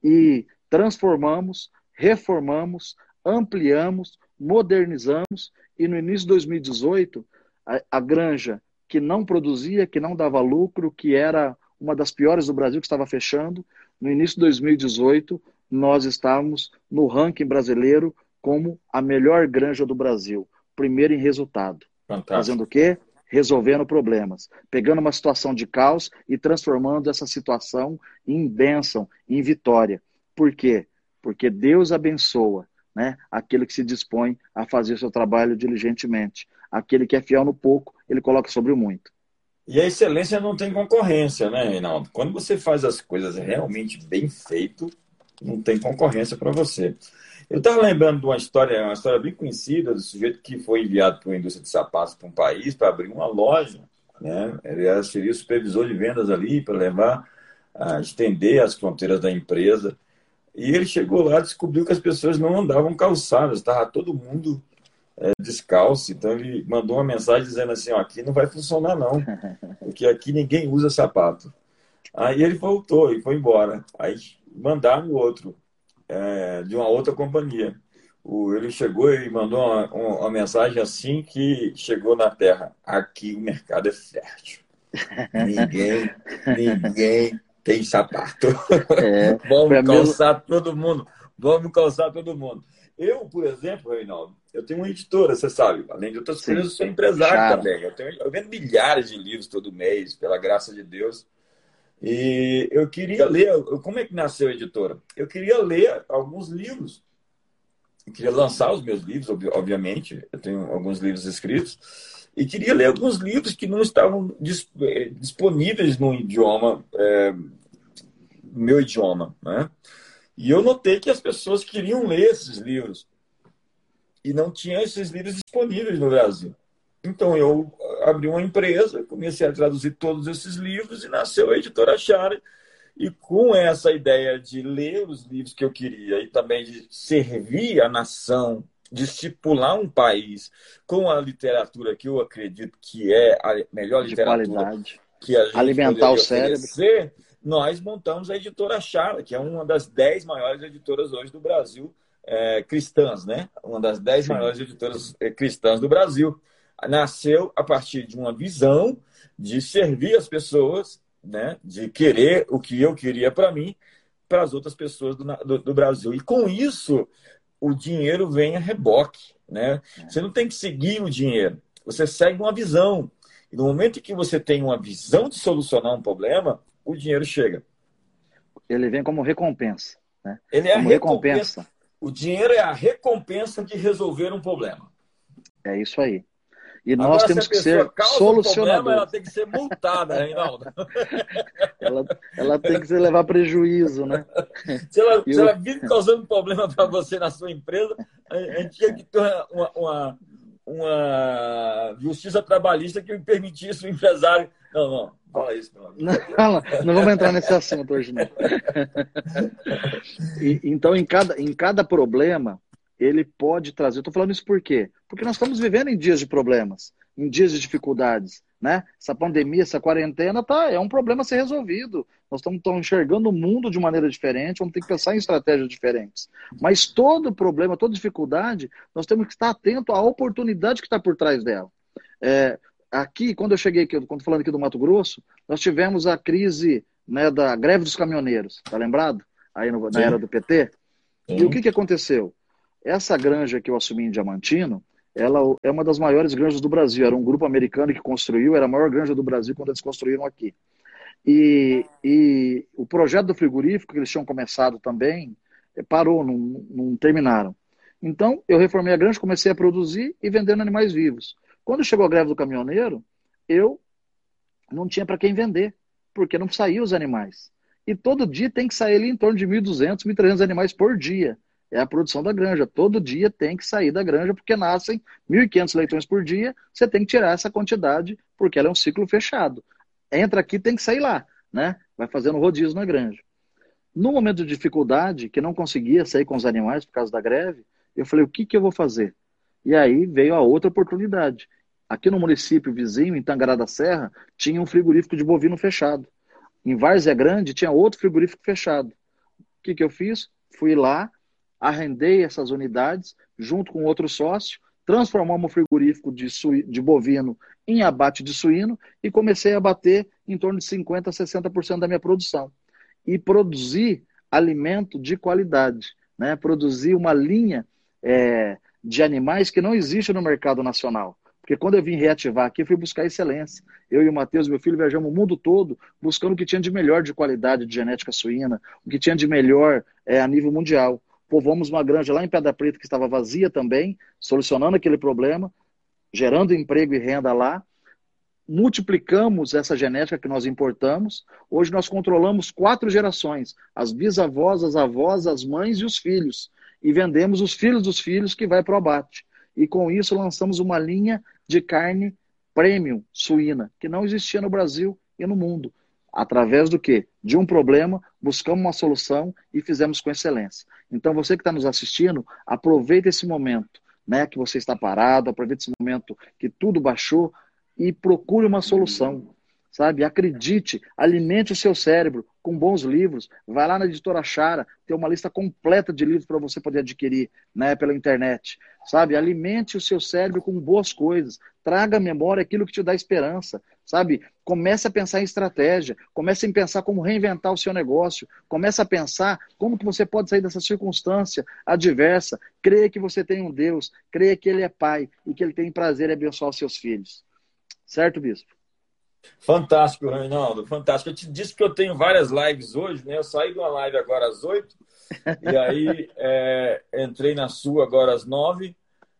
[SPEAKER 1] e transformamos, reformamos, ampliamos, modernizamos e no início de dois mil e dezoito, a, a granja que não produzia, que não dava lucro, que era uma das piores do Brasil, que estava fechando, no início de dois mil e dezoito, nós estávamos no ranking brasileiro como a melhor granja do Brasil, primeiro em resultado. Fantástico. Fazendo o quê? Resolvendo problemas, pegando uma situação de caos e transformando essa situação em bênção, em vitória. Por quê? Porque Deus abençoa, né, aquele que se dispõe a fazer seu trabalho diligentemente. Aquele que é fiel no pouco, ele coloca sobre o muito.
[SPEAKER 2] E a excelência não tem concorrência, né, Reinaldo? Quando você faz as coisas realmente bem feito, não tem concorrência para você. Eu estava lembrando de uma história, uma história bem conhecida, do sujeito que foi enviado para uma indústria de sapatos para um país para abrir uma loja, né? Ele era, seria o supervisor de vendas ali para levar, a estender as fronteiras da empresa. E ele chegou lá e descobriu que as pessoas não andavam calçadas, estava todo mundo é, descalço. Então ele mandou uma mensagem dizendo assim, ó, aqui não vai funcionar não, porque aqui ninguém usa sapato. Aí ele voltou e foi embora. Aí mandaram o outro, é, de uma outra companhia. O, ele chegou e mandou uma, uma mensagem assim que chegou na Terra. Aqui o mercado é fértil. Ninguém, ninguém tem sapato. É, vamos calçar mesmo... todo mundo. Vamos calçar todo mundo. Eu, por exemplo, Reinaldo, eu tenho uma editora, você sabe. Além de outras Sim. coisas, eu sou empresário Charo. também. Eu, tenho, eu vendo milhares de livros todo mês, pela graça de Deus. E eu queria ler... Como é que nasceu a editora? Eu queria ler alguns livros. Eu queria lançar os meus livros, obviamente. Eu tenho alguns livros escritos. E queria ler alguns livros que não estavam disponíveis no idioma, é, no meu idioma, né? E eu notei que as pessoas queriam ler esses livros. E não tinha esses livros disponíveis no Brasil. Então eu abri uma empresa, comecei a traduzir todos esses livros e nasceu a Editora Chara. E com essa ideia de ler os livros que eu queria e também de servir a nação, de estipular um país com a literatura que eu acredito que é a melhor
[SPEAKER 1] de
[SPEAKER 2] literatura
[SPEAKER 1] qualidade,
[SPEAKER 2] que a gente
[SPEAKER 1] alimentar o cérebro,
[SPEAKER 2] nós montamos a Editora Chara, que é uma das dez maiores editoras hoje do Brasil, é, cristãs, né? Uma das dez Sim. maiores editoras é, cristãs do Brasil. Nasceu a partir de uma visão de servir as pessoas, né? De querer o que eu queria para mim, para as outras pessoas do, do, do Brasil. E com isso, o dinheiro vem a reboque, né? Você não tem que seguir o dinheiro, você segue uma visão. E no momento em que você tem uma visão de solucionar um problema, o dinheiro chega.
[SPEAKER 1] Ele vem como recompensa, né?
[SPEAKER 2] Ele é
[SPEAKER 1] como
[SPEAKER 2] a recompensa. recompensa. O dinheiro é a recompensa de resolver um problema.
[SPEAKER 1] É isso aí. E
[SPEAKER 2] Agora,
[SPEAKER 1] nós temos que ser solucionadores. Um problema,
[SPEAKER 2] ela tem que ser multada, Reinaldo.
[SPEAKER 1] ela, ela tem que se levar prejuízo, né?
[SPEAKER 2] Se ela, se ela vir causando problema para você na sua empresa, a gente tinha que ter uma, uma, uma justiça trabalhista que permitisse o empresário... Não, não, fala isso. Não,
[SPEAKER 1] não, não vamos entrar nesse assunto hoje, não. E, então, em cada, em cada problema... ele pode trazer... Eu estou falando isso por quê? Porque nós estamos vivendo em dias de problemas, em dias de dificuldades. né? Essa pandemia, essa quarentena tá, é um problema a ser resolvido. Nós estamos, estamos enxergando o mundo de maneira diferente, vamos ter que pensar em estratégias diferentes. Mas todo problema, toda dificuldade, nós temos que estar atento à oportunidade que está por trás dela. É, aqui, quando eu cheguei aqui, quando falando aqui do Mato Grosso, nós tivemos a crise, né, da greve dos caminhoneiros, tá lembrado? Aí no, na
[SPEAKER 2] Sim.
[SPEAKER 1] era do P T.
[SPEAKER 2] Sim.
[SPEAKER 1] E o que, que aconteceu? Essa granja que eu assumi em Diamantino, ela é uma das maiores granjas do Brasil. Era um grupo americano que construiu, era a maior granja do Brasil quando eles construíram aqui. E, e o projeto do frigorífico, que eles tinham começado também, parou, não, não terminaram. Então, eu reformei a granja, comecei a produzir e vendendo animais vivos. Quando chegou a greve do caminhoneiro, eu não tinha para quem vender, porque não saíam os animais. E todo dia tem que sair ali em torno de mil e duzentos, mil e trezentos animais por dia. É a produção da granja. Todo dia tem que sair da granja, porque nascem mil e quinhentos leitões por dia. Você tem que tirar essa quantidade, porque ela é um ciclo fechado. Entra aqui, tem que sair lá, né? Vai fazendo rodízio na granja. No momento de dificuldade, que não conseguia sair com os animais por causa da greve, eu falei, o que, que eu vou fazer? E aí veio a outra oportunidade. Aqui no município vizinho, em Tangará da Serra, tinha um frigorífico de bovino fechado. Em Várzea Grande tinha outro frigorífico fechado. O que, que eu fiz? Fui lá, arrendei essas unidades, junto com outro sócio, transformamos o frigorífico de, sui... de bovino em abate de suíno e comecei a abater em torno de cinquenta por cento a sessenta por cento da minha produção. E produzir alimento de qualidade, né? Produzir uma linha é, de animais que não existe no mercado nacional. Porque quando eu vim reativar aqui, eu fui buscar excelência. Eu e o Matheus, meu filho, viajamos o mundo todo buscando o que tinha de melhor de qualidade de genética suína, o que tinha de melhor é, a nível mundial. Povoamos uma granja lá em Pedra Preta que estava vazia também, solucionando aquele problema, gerando emprego e renda lá. Multiplicamos essa genética que nós importamos. Hoje nós controlamos quatro gerações, as bisavós, as avós, as mães e os filhos. E vendemos os filhos dos filhos que vai para o abate. E com isso lançamos uma linha de carne premium suína, que não existia no Brasil e no mundo. Através do quê? De um problema, buscamos uma solução e fizemos com excelência. Então você que está nos assistindo, aproveita esse momento, né, que você está parado, aproveita esse momento que tudo baixou e procure uma solução, sabe? Acredite, alimente o seu cérebro com bons livros. Vai lá na editora Chara, tem uma lista completa de livros para você poder adquirir, né, pela internet, sabe? Alimente o seu cérebro com boas coisas. Traga à memória aquilo que te dá esperança, sabe? Comece a pensar em estratégia, comece a pensar como reinventar o seu negócio, comece a pensar como que você pode sair dessa circunstância adversa. Creia que você tem um Deus, creia que Ele é Pai e que Ele tem prazer em abençoar os seus filhos. Certo, Bispo?
[SPEAKER 2] Fantástico, Reinaldo, fantástico. Eu te disse que eu tenho várias lives hoje, né? Eu saí de uma live agora às oito, e aí é, entrei na sua agora às nove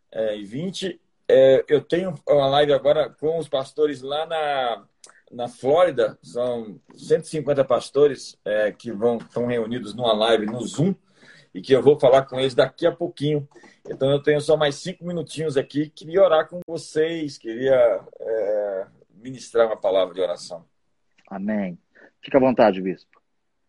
[SPEAKER 2] e vinte. É, eu tenho uma live agora com os pastores lá na, na Flórida, são cento e cinquenta pastores é, que vão, estão reunidos numa live no Zoom, e que eu vou falar com eles daqui a pouquinho. Então eu tenho só mais cinco minutinhos aqui, queria orar com vocês, queria é, ministrar uma palavra de oração.
[SPEAKER 1] Amém. Fica à vontade, Bispo.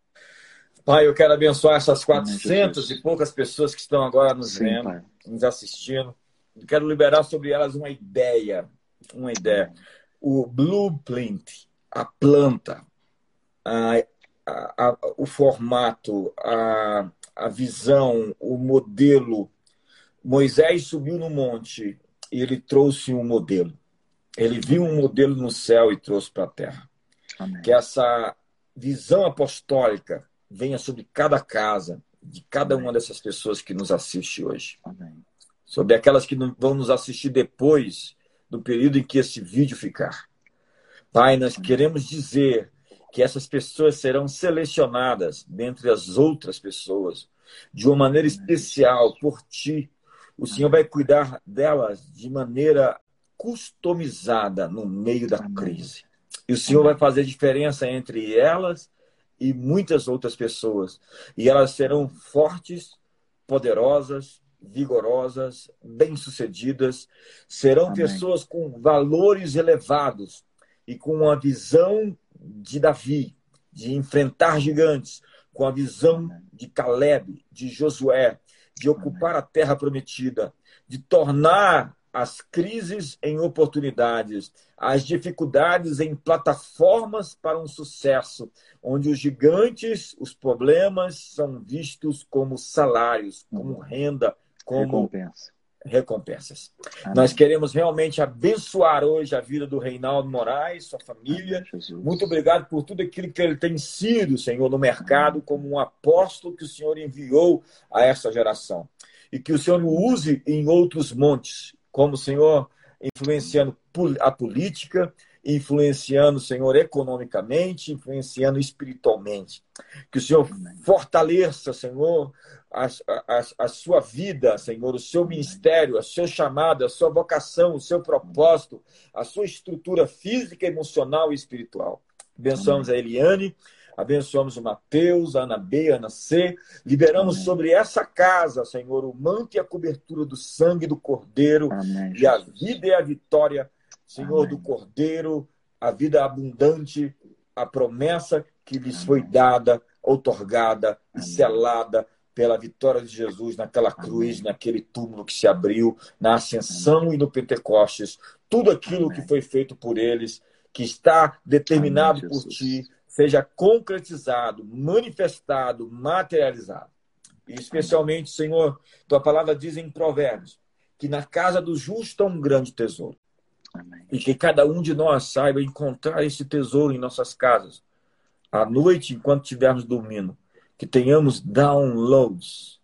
[SPEAKER 2] Pai, eu quero abençoar essas quatrocentas e poucas pessoas que estão agora nos
[SPEAKER 1] Sim,
[SPEAKER 2] vendo,
[SPEAKER 1] Pai.
[SPEAKER 2] nos assistindo. Eu quero liberar sobre elas uma ideia, uma ideia. O blueprint, a planta, a, a, a, o formato, a, a visão, o modelo. Moisés subiu no monte e ele trouxe um modelo. Ele viu um modelo no céu e trouxe para a terra.
[SPEAKER 1] Amém.
[SPEAKER 2] Que essa visão apostólica venha sobre cada casa, de cada
[SPEAKER 1] Amém.
[SPEAKER 2] uma dessas pessoas que nos assiste hoje.
[SPEAKER 1] Amém.
[SPEAKER 2] Sobre aquelas que vão nos assistir depois do período em que esse vídeo ficar. Pai, nós
[SPEAKER 1] Amém.
[SPEAKER 2] queremos dizer que essas pessoas serão selecionadas dentre as outras pessoas de uma maneira especial por Ti. O Senhor vai cuidar delas de maneira customizada no meio da
[SPEAKER 1] Amém.
[SPEAKER 2] crise. E o Senhor
[SPEAKER 1] Amém.
[SPEAKER 2] vai fazer diferença entre elas e muitas outras pessoas. E elas serão fortes, poderosas, vigorosas, bem-sucedidas. Serão
[SPEAKER 1] Amém.
[SPEAKER 2] pessoas com valores elevados e com uma visão de Davi, de enfrentar gigantes, com a visão
[SPEAKER 1] Amém.
[SPEAKER 2] de Caleb, de Josué, de ocupar a terra prometida, de tornar as crises em oportunidades, as dificuldades em plataformas para um sucesso, onde os gigantes, os problemas são vistos como salários, como renda, como
[SPEAKER 1] recompensa.
[SPEAKER 2] recompensas.
[SPEAKER 1] Amém.
[SPEAKER 2] Nós queremos realmente abençoar hoje a vida do Reinaldo Moraes, sua família.
[SPEAKER 1] Amém,
[SPEAKER 2] Muito obrigado por tudo aquilo que ele tem sido, Senhor, no mercado,
[SPEAKER 1] Amém.
[SPEAKER 2] como um apóstolo que o Senhor enviou a essa geração. E que o Senhor o use em outros montes, como o Senhor influenciando a política, influenciando, Senhor, economicamente, influenciando espiritualmente. Que o Senhor
[SPEAKER 1] Amém.
[SPEAKER 2] fortaleça, Senhor, a, a, a sua vida, Senhor, o seu ministério, o seu chamado, a sua vocação, o seu propósito, a sua estrutura física, emocional e espiritual. Abençoamos Amém. A Eliane, abençoamos o Mateus, a Ana B, a Ana C. Liberamos Amém. Sobre essa casa, Senhor, o manto e a cobertura do sangue do Cordeiro. Amém, e a vida e a vitória, Senhor, Amém. Do Cordeiro, a vida abundante, a promessa que lhes Amém. Foi dada, outorgada e Amém. Selada pela vitória de Jesus naquela cruz, Amém. Naquele túmulo que se abriu, na ascensão Amém. E no Pentecostes. Tudo aquilo Amém. Que foi feito por eles, que está determinado Amém, por ti, seja concretizado, manifestado, materializado. E especialmente, Senhor, tua palavra diz em Provérbios, que na casa do justo há um grande tesouro. Amém. E que cada um de nós saiba encontrar esse tesouro em nossas casas. À noite, enquanto estivermos dormindo, que tenhamos downloads,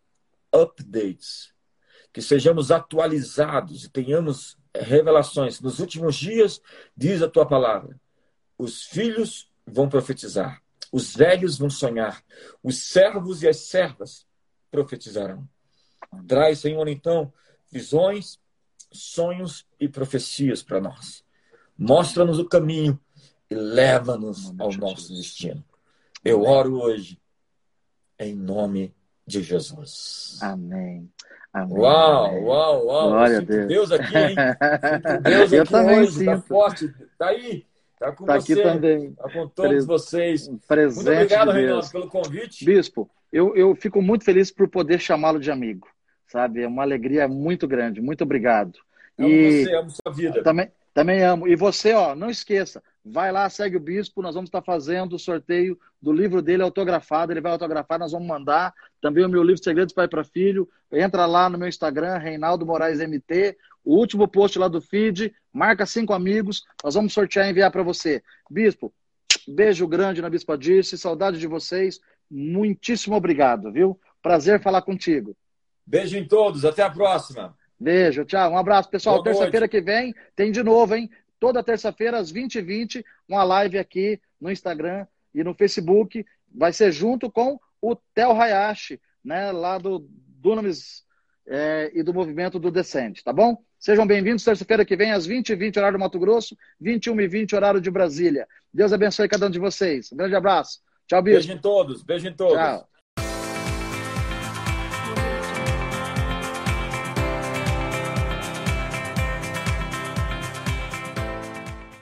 [SPEAKER 2] updates, que sejamos atualizados e tenhamos revelações. Nos últimos dias, diz a tua palavra, os filhos vão profetizar, os velhos vão sonhar, os servos e as servas profetizarão. Traz, Senhor, então, visões, sonhos e profecias para nós. Mostra-nos o caminho e leva-nos ao nosso destino. Eu oro hoje em nome de Jesus.
[SPEAKER 1] Amém. Amém.
[SPEAKER 2] Uau,
[SPEAKER 1] Amém.
[SPEAKER 2] uau, uau.
[SPEAKER 1] Glória
[SPEAKER 2] Eu
[SPEAKER 1] a
[SPEAKER 2] sinto
[SPEAKER 1] Deus.
[SPEAKER 2] Deus aqui, hein? Sinto Deus
[SPEAKER 1] Eu
[SPEAKER 2] aqui
[SPEAKER 1] também
[SPEAKER 2] hoje,
[SPEAKER 1] sinto.
[SPEAKER 2] tá forte, tá aí. Tá com
[SPEAKER 1] Tá
[SPEAKER 2] você,
[SPEAKER 1] aqui também.
[SPEAKER 2] tá com todos
[SPEAKER 1] Pres-
[SPEAKER 2] vocês.
[SPEAKER 1] Presente
[SPEAKER 2] Muito obrigado,
[SPEAKER 1] de
[SPEAKER 2] Reinaldo,
[SPEAKER 1] Deus.
[SPEAKER 2] pelo convite.
[SPEAKER 1] Bispo, eu, eu fico muito feliz por poder chamá-lo de amigo, sabe? É uma alegria muito grande. Muito obrigado.
[SPEAKER 2] Amo
[SPEAKER 1] E
[SPEAKER 2] você, amo sua vida.
[SPEAKER 1] também, também amo. E você, ó, não esqueça, vai lá, segue o Bispo, nós vamos estar fazendo o sorteio do livro dele autografado, ele vai autografar, nós vamos mandar também o meu livro Segredos Pai para Filho. Entra lá no meu Instagram, Reinaldo Moraes M T, o último post lá do feed, marca cinco amigos, nós vamos sortear e enviar para você. Bispo, beijo grande na Bispa Dirce, saudade de vocês, muitíssimo obrigado, viu? Prazer falar contigo.
[SPEAKER 2] Beijo em todos, até a próxima.
[SPEAKER 1] Beijo, tchau. Um abraço, pessoal.
[SPEAKER 2] Boa
[SPEAKER 1] Terça-feira
[SPEAKER 2] noite.
[SPEAKER 1] que vem tem de novo, hein? Toda terça-feira, às vinte e vinte, uma live aqui no Instagram e no Facebook. Vai ser junto com o Theo Hayashi, né? Lá do Dunamis é, e do movimento do Descende, tá bom? Sejam bem-vindos. Terça-feira que vem, às vinte e vinte, horário do Mato Grosso, vinte e uma e vinte, horário de Brasília. Deus abençoe cada um de vocês. Um grande abraço. Tchau, Bispo.
[SPEAKER 2] Beijo em todos, beijo em todos.
[SPEAKER 1] Tchau.